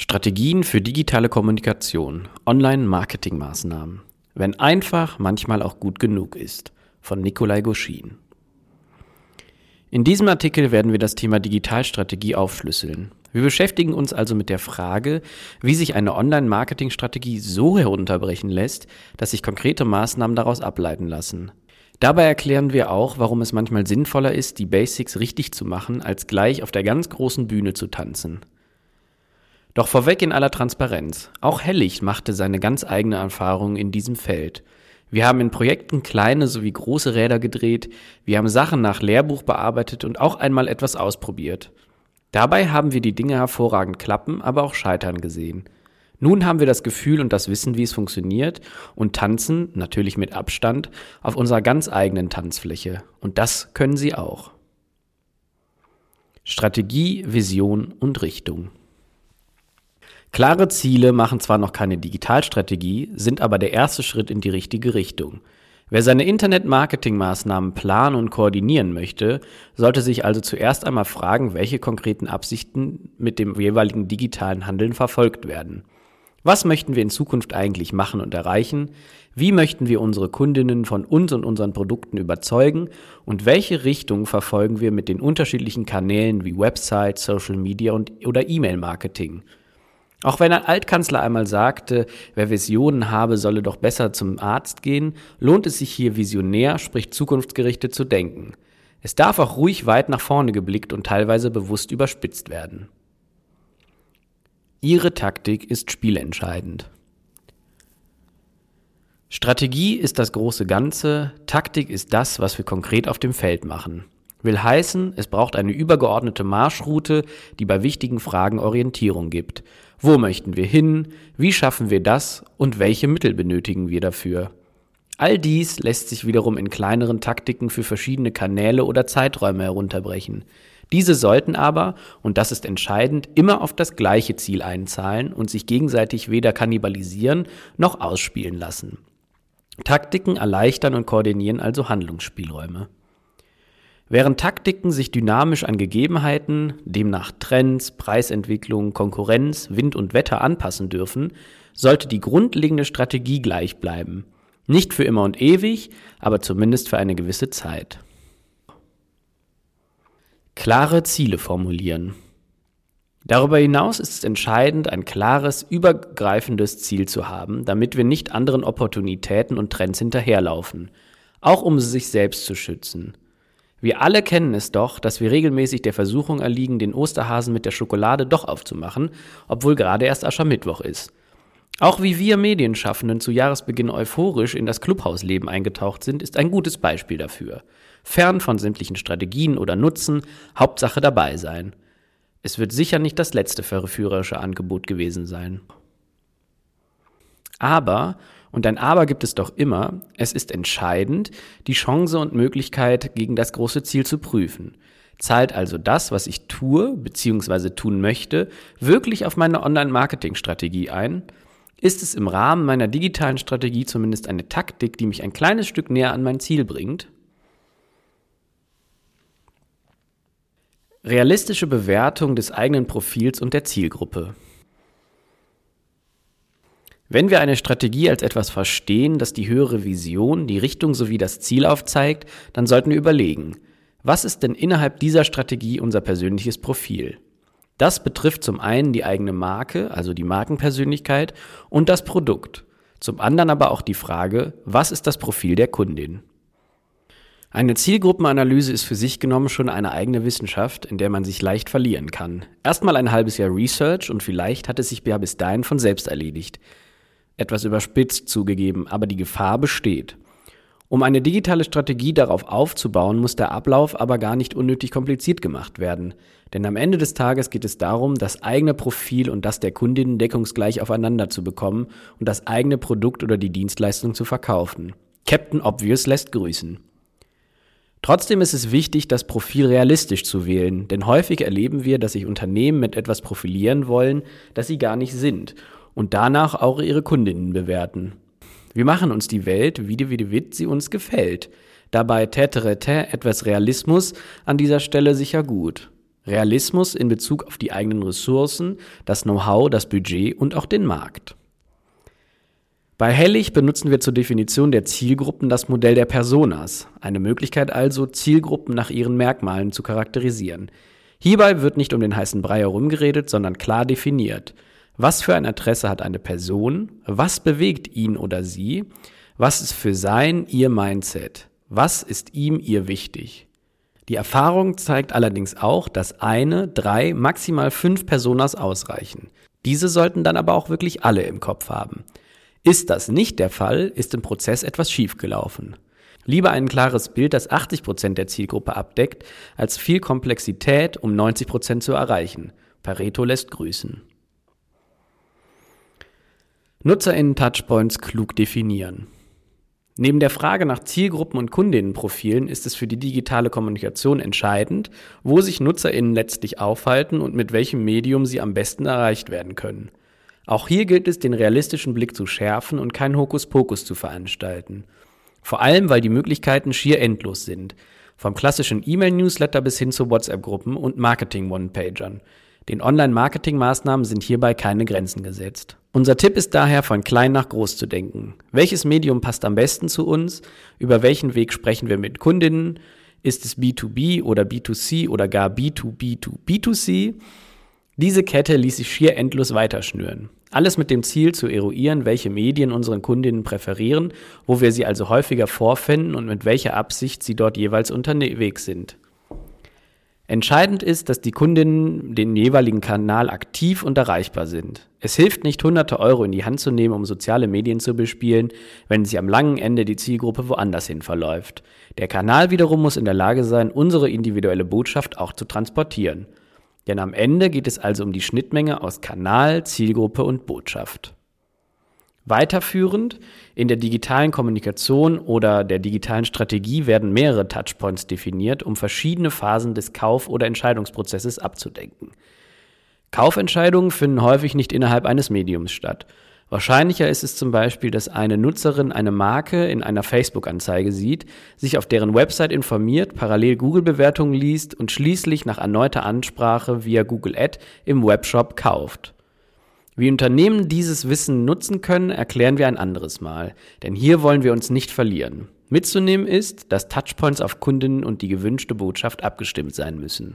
Strategien für digitale Kommunikation, Online-Marketing-Maßnahmen. Wenn einfach, manchmal auch gut genug ist. Von Nikolai Goschin. In diesem Artikel werden wir das Thema Digitalstrategie aufschlüsseln. Wir beschäftigen uns also mit der Frage, wie sich eine Online-Marketing-Strategie so herunterbrechen lässt, dass sich konkrete Maßnahmen daraus ableiten lassen. Dabei erklären wir auch, warum es manchmal sinnvoller ist, die Basics richtig zu machen, als gleich auf der ganz großen Bühne zu tanzen. Doch vorweg in aller Transparenz, auch Hellicht machte seine ganz eigene Erfahrung in diesem Feld. Wir haben in Projekten kleine sowie große Räder gedreht, wir haben Sachen nach Lehrbuch bearbeitet und auch einmal etwas ausprobiert. Dabei haben wir die Dinge hervorragend klappen, aber auch scheitern gesehen. Nun haben wir das Gefühl und das Wissen, wie es funktioniert und tanzen, natürlich mit Abstand, auf unserer ganz eigenen Tanzfläche. Und das können Sie auch. Strategie, Vision und Richtung. Klare Ziele machen zwar noch keine Digitalstrategie, sind aber der erste Schritt in die richtige Richtung. Wer seine Internet-Marketing-Maßnahmen planen und koordinieren möchte, sollte sich also zuerst einmal fragen, welche konkreten Absichten mit dem jeweiligen digitalen Handeln verfolgt werden. Was möchten wir in Zukunft eigentlich machen und erreichen? Wie möchten wir unsere Kundinnen von uns und unseren Produkten überzeugen? Und welche Richtung verfolgen wir mit den unterschiedlichen Kanälen wie Website, Social Media oder E-Mail-Marketing? Auch wenn ein Altkanzler einmal sagte, wer Visionen habe, solle doch besser zum Arzt gehen, lohnt es sich hier visionär, sprich zukunftsgerichtet zu denken. Es darf auch ruhig weit nach vorne geblickt und teilweise bewusst überspitzt werden. Ihre Taktik ist spielentscheidend. Strategie ist das große Ganze, Taktik ist das, was wir konkret auf dem Feld machen. Will heißen, es braucht eine übergeordnete Marschroute, die bei wichtigen Fragen Orientierung gibt. Wo möchten wir hin? Wie schaffen wir das? Und welche Mittel benötigen wir dafür? All dies lässt sich wiederum in kleineren Taktiken für verschiedene Kanäle oder Zeiträume herunterbrechen. Diese sollten aber, und das ist entscheidend, immer auf das gleiche Ziel einzahlen und sich gegenseitig weder kannibalisieren noch ausspielen lassen. Taktiken erleichtern und koordinieren also Handlungsspielräume. Während Taktiken sich dynamisch an Gegebenheiten, demnach Trends, Preisentwicklung, Konkurrenz, Wind und Wetter anpassen dürfen, sollte die grundlegende Strategie gleich bleiben. Nicht für immer und ewig, aber zumindest für eine gewisse Zeit. Klare Ziele formulieren. Darüber hinaus ist es entscheidend, ein klares, übergreifendes Ziel zu haben, damit wir nicht anderen Opportunitäten und Trends hinterherlaufen, auch um sich selbst zu schützen. Wir alle kennen es doch, dass wir regelmäßig der Versuchung erliegen, den Osterhasen mit der Schokolade doch aufzumachen, obwohl gerade erst Aschermittwoch ist. Auch wie wir Medienschaffenden zu Jahresbeginn euphorisch in das Clubhausleben eingetaucht sind, ist ein gutes Beispiel dafür. Fern von sämtlichen Strategien oder Nutzen, Hauptsache dabei sein. Es wird sicher nicht das letzte verführerische Angebot gewesen sein. Aber, und ein Aber gibt es doch immer, es ist entscheidend, die Chance und Möglichkeit gegen das große Ziel zu prüfen. Zahlt also das, was ich tue bzw. tun möchte, wirklich auf meine Online-Marketing-Strategie ein? Ist es im Rahmen meiner digitalen Strategie zumindest eine Taktik, die mich ein kleines Stück näher an mein Ziel bringt? Realistische Bewertung des eigenen Profils und der Zielgruppe. Wenn wir eine Strategie als etwas verstehen, das die höhere Vision, die Richtung sowie das Ziel aufzeigt, dann sollten wir überlegen, was ist denn innerhalb dieser Strategie unser persönliches Profil? Das betrifft zum einen die eigene Marke, also die Markenpersönlichkeit, und das Produkt. Zum anderen aber auch die Frage, was ist das Profil der Kundin? Eine Zielgruppenanalyse ist für sich genommen schon eine eigene Wissenschaft, in der man sich leicht verlieren kann. Erstmal ein halbes Jahr Research und vielleicht hat es sich ja bis dahin von selbst erledigt. Etwas überspitzt zugegeben, aber die Gefahr besteht. Um eine digitale Strategie darauf aufzubauen, muss der Ablauf aber gar nicht unnötig kompliziert gemacht werden. Denn am Ende des Tages geht es darum, das eigene Profil und das der Kundin deckungsgleich aufeinander zu bekommen und das eigene Produkt oder die Dienstleistung zu verkaufen. Captain Obvious lässt grüßen. Trotzdem ist es wichtig, das Profil realistisch zu wählen, denn häufig erleben wir, dass sich Unternehmen mit etwas profilieren wollen, das sie gar nicht sind und danach auch ihre Kundinnen bewerten. Wir machen uns die Welt, wie sie uns gefällt. Dabei täte etwas Realismus an dieser Stelle sicher gut. Realismus in Bezug auf die eigenen Ressourcen, das Know-how, das Budget und auch den Markt. Bei Hellig benutzen wir zur Definition der Zielgruppen das Modell der Personas, eine Möglichkeit also, Zielgruppen nach ihren Merkmalen zu charakterisieren. Hierbei wird nicht um den heißen Brei herumgeredet, sondern klar definiert. Was für ein Interesse hat eine Person? Was bewegt ihn oder sie? Was ist für ihr Mindset? Was ist ihm ihr wichtig? Die Erfahrung zeigt allerdings auch, dass 1, 3, maximal 5 Personas ausreichen. Diese sollten dann aber auch wirklich alle im Kopf haben. Ist das nicht der Fall, ist im Prozess etwas schiefgelaufen. Lieber ein klares Bild, das 80% der Zielgruppe abdeckt, als viel Komplexität, um 90% zu erreichen. Pareto lässt grüßen. NutzerInnen-Touchpoints klug definieren. Neben der Frage nach Zielgruppen und Kundinnenprofilen ist es für die digitale Kommunikation entscheidend, wo sich NutzerInnen letztlich aufhalten und mit welchem Medium sie am besten erreicht werden können. Auch hier gilt es, den realistischen Blick zu schärfen und kein Hokuspokus zu veranstalten. Vor allem, weil die Möglichkeiten schier endlos sind. Vom klassischen E-Mail-Newsletter bis hin zu WhatsApp-Gruppen und Marketing-One-Pagern. Den Online-Marketing-Maßnahmen sind hierbei keine Grenzen gesetzt. Unser Tipp ist daher, von klein nach groß zu denken. Welches Medium passt am besten zu uns? Über welchen Weg sprechen wir mit Kundinnen? Ist es B2B oder B2C oder gar B2B2B2C? Diese Kette ließ sich schier endlos weiterschnüren. Alles mit dem Ziel zu eruieren, welche Medien unsere Kundinnen präferieren, wo wir sie also häufiger vorfinden und mit welcher Absicht sie dort jeweils unterwegs sind. Entscheidend ist, dass die Kundinnen den jeweiligen Kanal aktiv und erreichbar sind. Es hilft nicht, hunderte Euro in die Hand zu nehmen, um soziale Medien zu bespielen, wenn sich am langen Ende die Zielgruppe woanders hin verläuft. Der Kanal wiederum muss in der Lage sein, unsere individuelle Botschaft auch zu transportieren. Denn am Ende geht es also um die Schnittmenge aus Kanal, Zielgruppe und Botschaft. Weiterführend, in der digitalen Kommunikation oder der digitalen Strategie werden mehrere Touchpoints definiert, um verschiedene Phasen des Kauf- oder Entscheidungsprozesses abzudecken. Kaufentscheidungen finden häufig nicht innerhalb eines Mediums statt. Wahrscheinlicher ist es zum Beispiel, dass eine Nutzerin eine Marke in einer Facebook-Anzeige sieht, sich auf deren Website informiert, parallel Google-Bewertungen liest und schließlich nach erneuter Ansprache via Google Ad im Webshop kauft. Wie Unternehmen dieses Wissen nutzen können, erklären wir ein anderes Mal, denn hier wollen wir uns nicht verlieren. Mitzunehmen ist, dass Touchpoints auf Kundinnen und die gewünschte Botschaft abgestimmt sein müssen.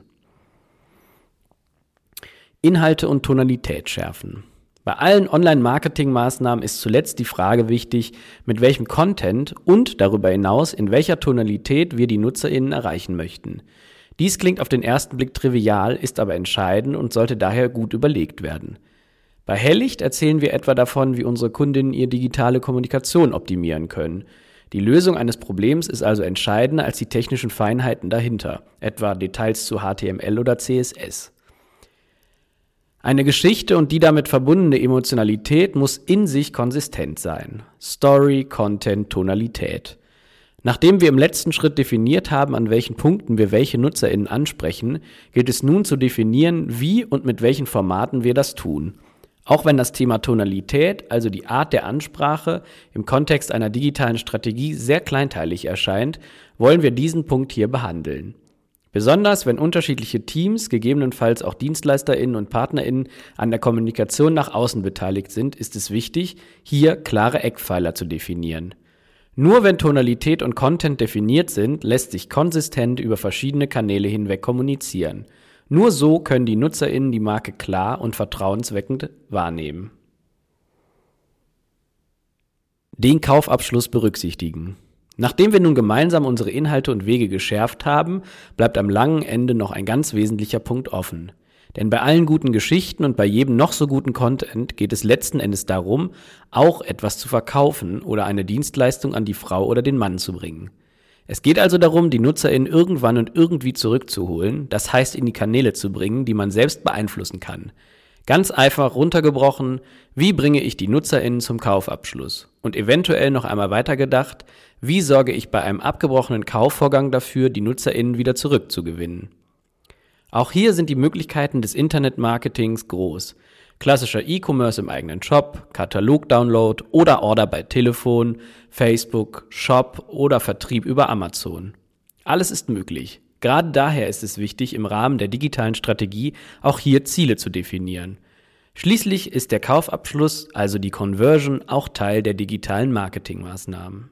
Inhalte und Tonalität schärfen. Bei allen Online-Marketing-Maßnahmen ist zuletzt die Frage wichtig, mit welchem Content und darüber hinaus in welcher Tonalität wir die NutzerInnen erreichen möchten. Dies klingt auf den ersten Blick trivial, ist aber entscheidend und sollte daher gut überlegt werden. Bei Hellicht erzählen wir etwa davon, wie unsere Kundinnen ihre digitale Kommunikation optimieren können. Die Lösung eines Problems ist also entscheidender als die technischen Feinheiten dahinter, etwa Details zu HTML oder CSS. Eine Geschichte und die damit verbundene Emotionalität muss in sich konsistent sein. Story, Content, Tonalität. Nachdem wir im letzten Schritt definiert haben, an welchen Punkten wir welche NutzerInnen ansprechen, gilt es nun zu definieren, wie und mit welchen Formaten wir das tun. Auch wenn das Thema Tonalität, also die Art der Ansprache, im Kontext einer digitalen Strategie sehr kleinteilig erscheint, wollen wir diesen Punkt hier behandeln. Besonders wenn unterschiedliche Teams, gegebenenfalls auch DienstleisterInnen und PartnerInnen an der Kommunikation nach außen beteiligt sind, ist es wichtig, hier klare Eckpfeiler zu definieren. Nur wenn Tonalität und Content definiert sind, lässt sich konsistent über verschiedene Kanäle hinweg kommunizieren. Nur so können die NutzerInnen die Marke klar und vertrauensweckend wahrnehmen. Den Kaufabschluss berücksichtigen. Nachdem wir nun gemeinsam unsere Inhalte und Wege geschärft haben, bleibt am langen Ende noch ein ganz wesentlicher Punkt offen. Denn bei allen guten Geschichten und bei jedem noch so guten Content geht es letzten Endes darum, auch etwas zu verkaufen oder eine Dienstleistung an die Frau oder den Mann zu bringen. Es geht also darum, die NutzerInnen irgendwann und irgendwie zurückzuholen, das heißt in die Kanäle zu bringen, die man selbst beeinflussen kann. Ganz einfach runtergebrochen, wie bringe ich die NutzerInnen zum Kaufabschluss? Und eventuell noch einmal weitergedacht, wie sorge ich bei einem abgebrochenen Kaufvorgang dafür, die NutzerInnen wieder zurückzugewinnen? Auch hier sind die Möglichkeiten des Internetmarketings groß. Klassischer E-Commerce im eigenen Shop, Katalog-Download oder Order bei Telefon, Facebook, Shop oder Vertrieb über Amazon. Alles ist möglich. Gerade daher ist es wichtig, im Rahmen der digitalen Strategie auch hier Ziele zu definieren. Schließlich ist der Kaufabschluss, also die Conversion, auch Teil der digitalen Marketingmaßnahmen.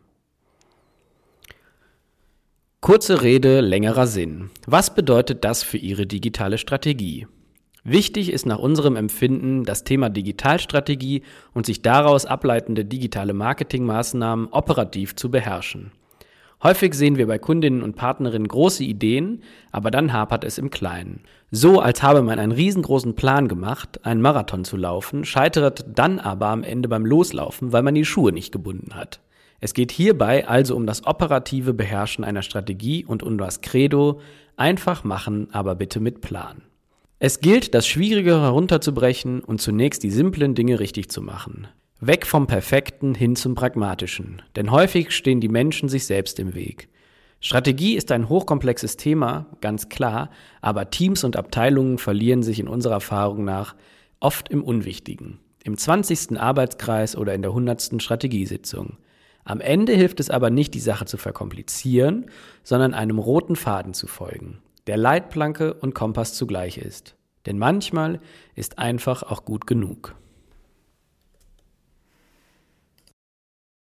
Kurze Rede, längerer Sinn. Was bedeutet das für Ihre digitale Strategie? Wichtig ist nach unserem Empfinden, das Thema Digitalstrategie und sich daraus ableitende digitale Marketingmaßnahmen operativ zu beherrschen. Häufig sehen wir bei Kundinnen und Partnerinnen große Ideen, aber dann hapert es im Kleinen. So, als habe man einen riesengroßen Plan gemacht, einen Marathon zu laufen, scheitert dann aber am Ende beim Loslaufen, weil man die Schuhe nicht gebunden hat. Es geht hierbei also um das operative Beherrschen einer Strategie und um das Credo, einfach machen, aber bitte mit Plan. Es gilt, das Schwierige herunterzubrechen und zunächst die simplen Dinge richtig zu machen. Weg vom Perfekten hin zum Pragmatischen, denn häufig stehen die Menschen sich selbst im Weg. Strategie ist ein hochkomplexes Thema, ganz klar, aber Teams und Abteilungen verlieren sich in unserer Erfahrung nach oft im Unwichtigen, im 20. Arbeitskreis oder in der 100. Strategiesitzung. Am Ende hilft es aber nicht, die Sache zu verkomplizieren, sondern einem roten Faden zu folgen, der Leitplanke und Kompass zugleich ist. Denn manchmal ist einfach auch gut genug.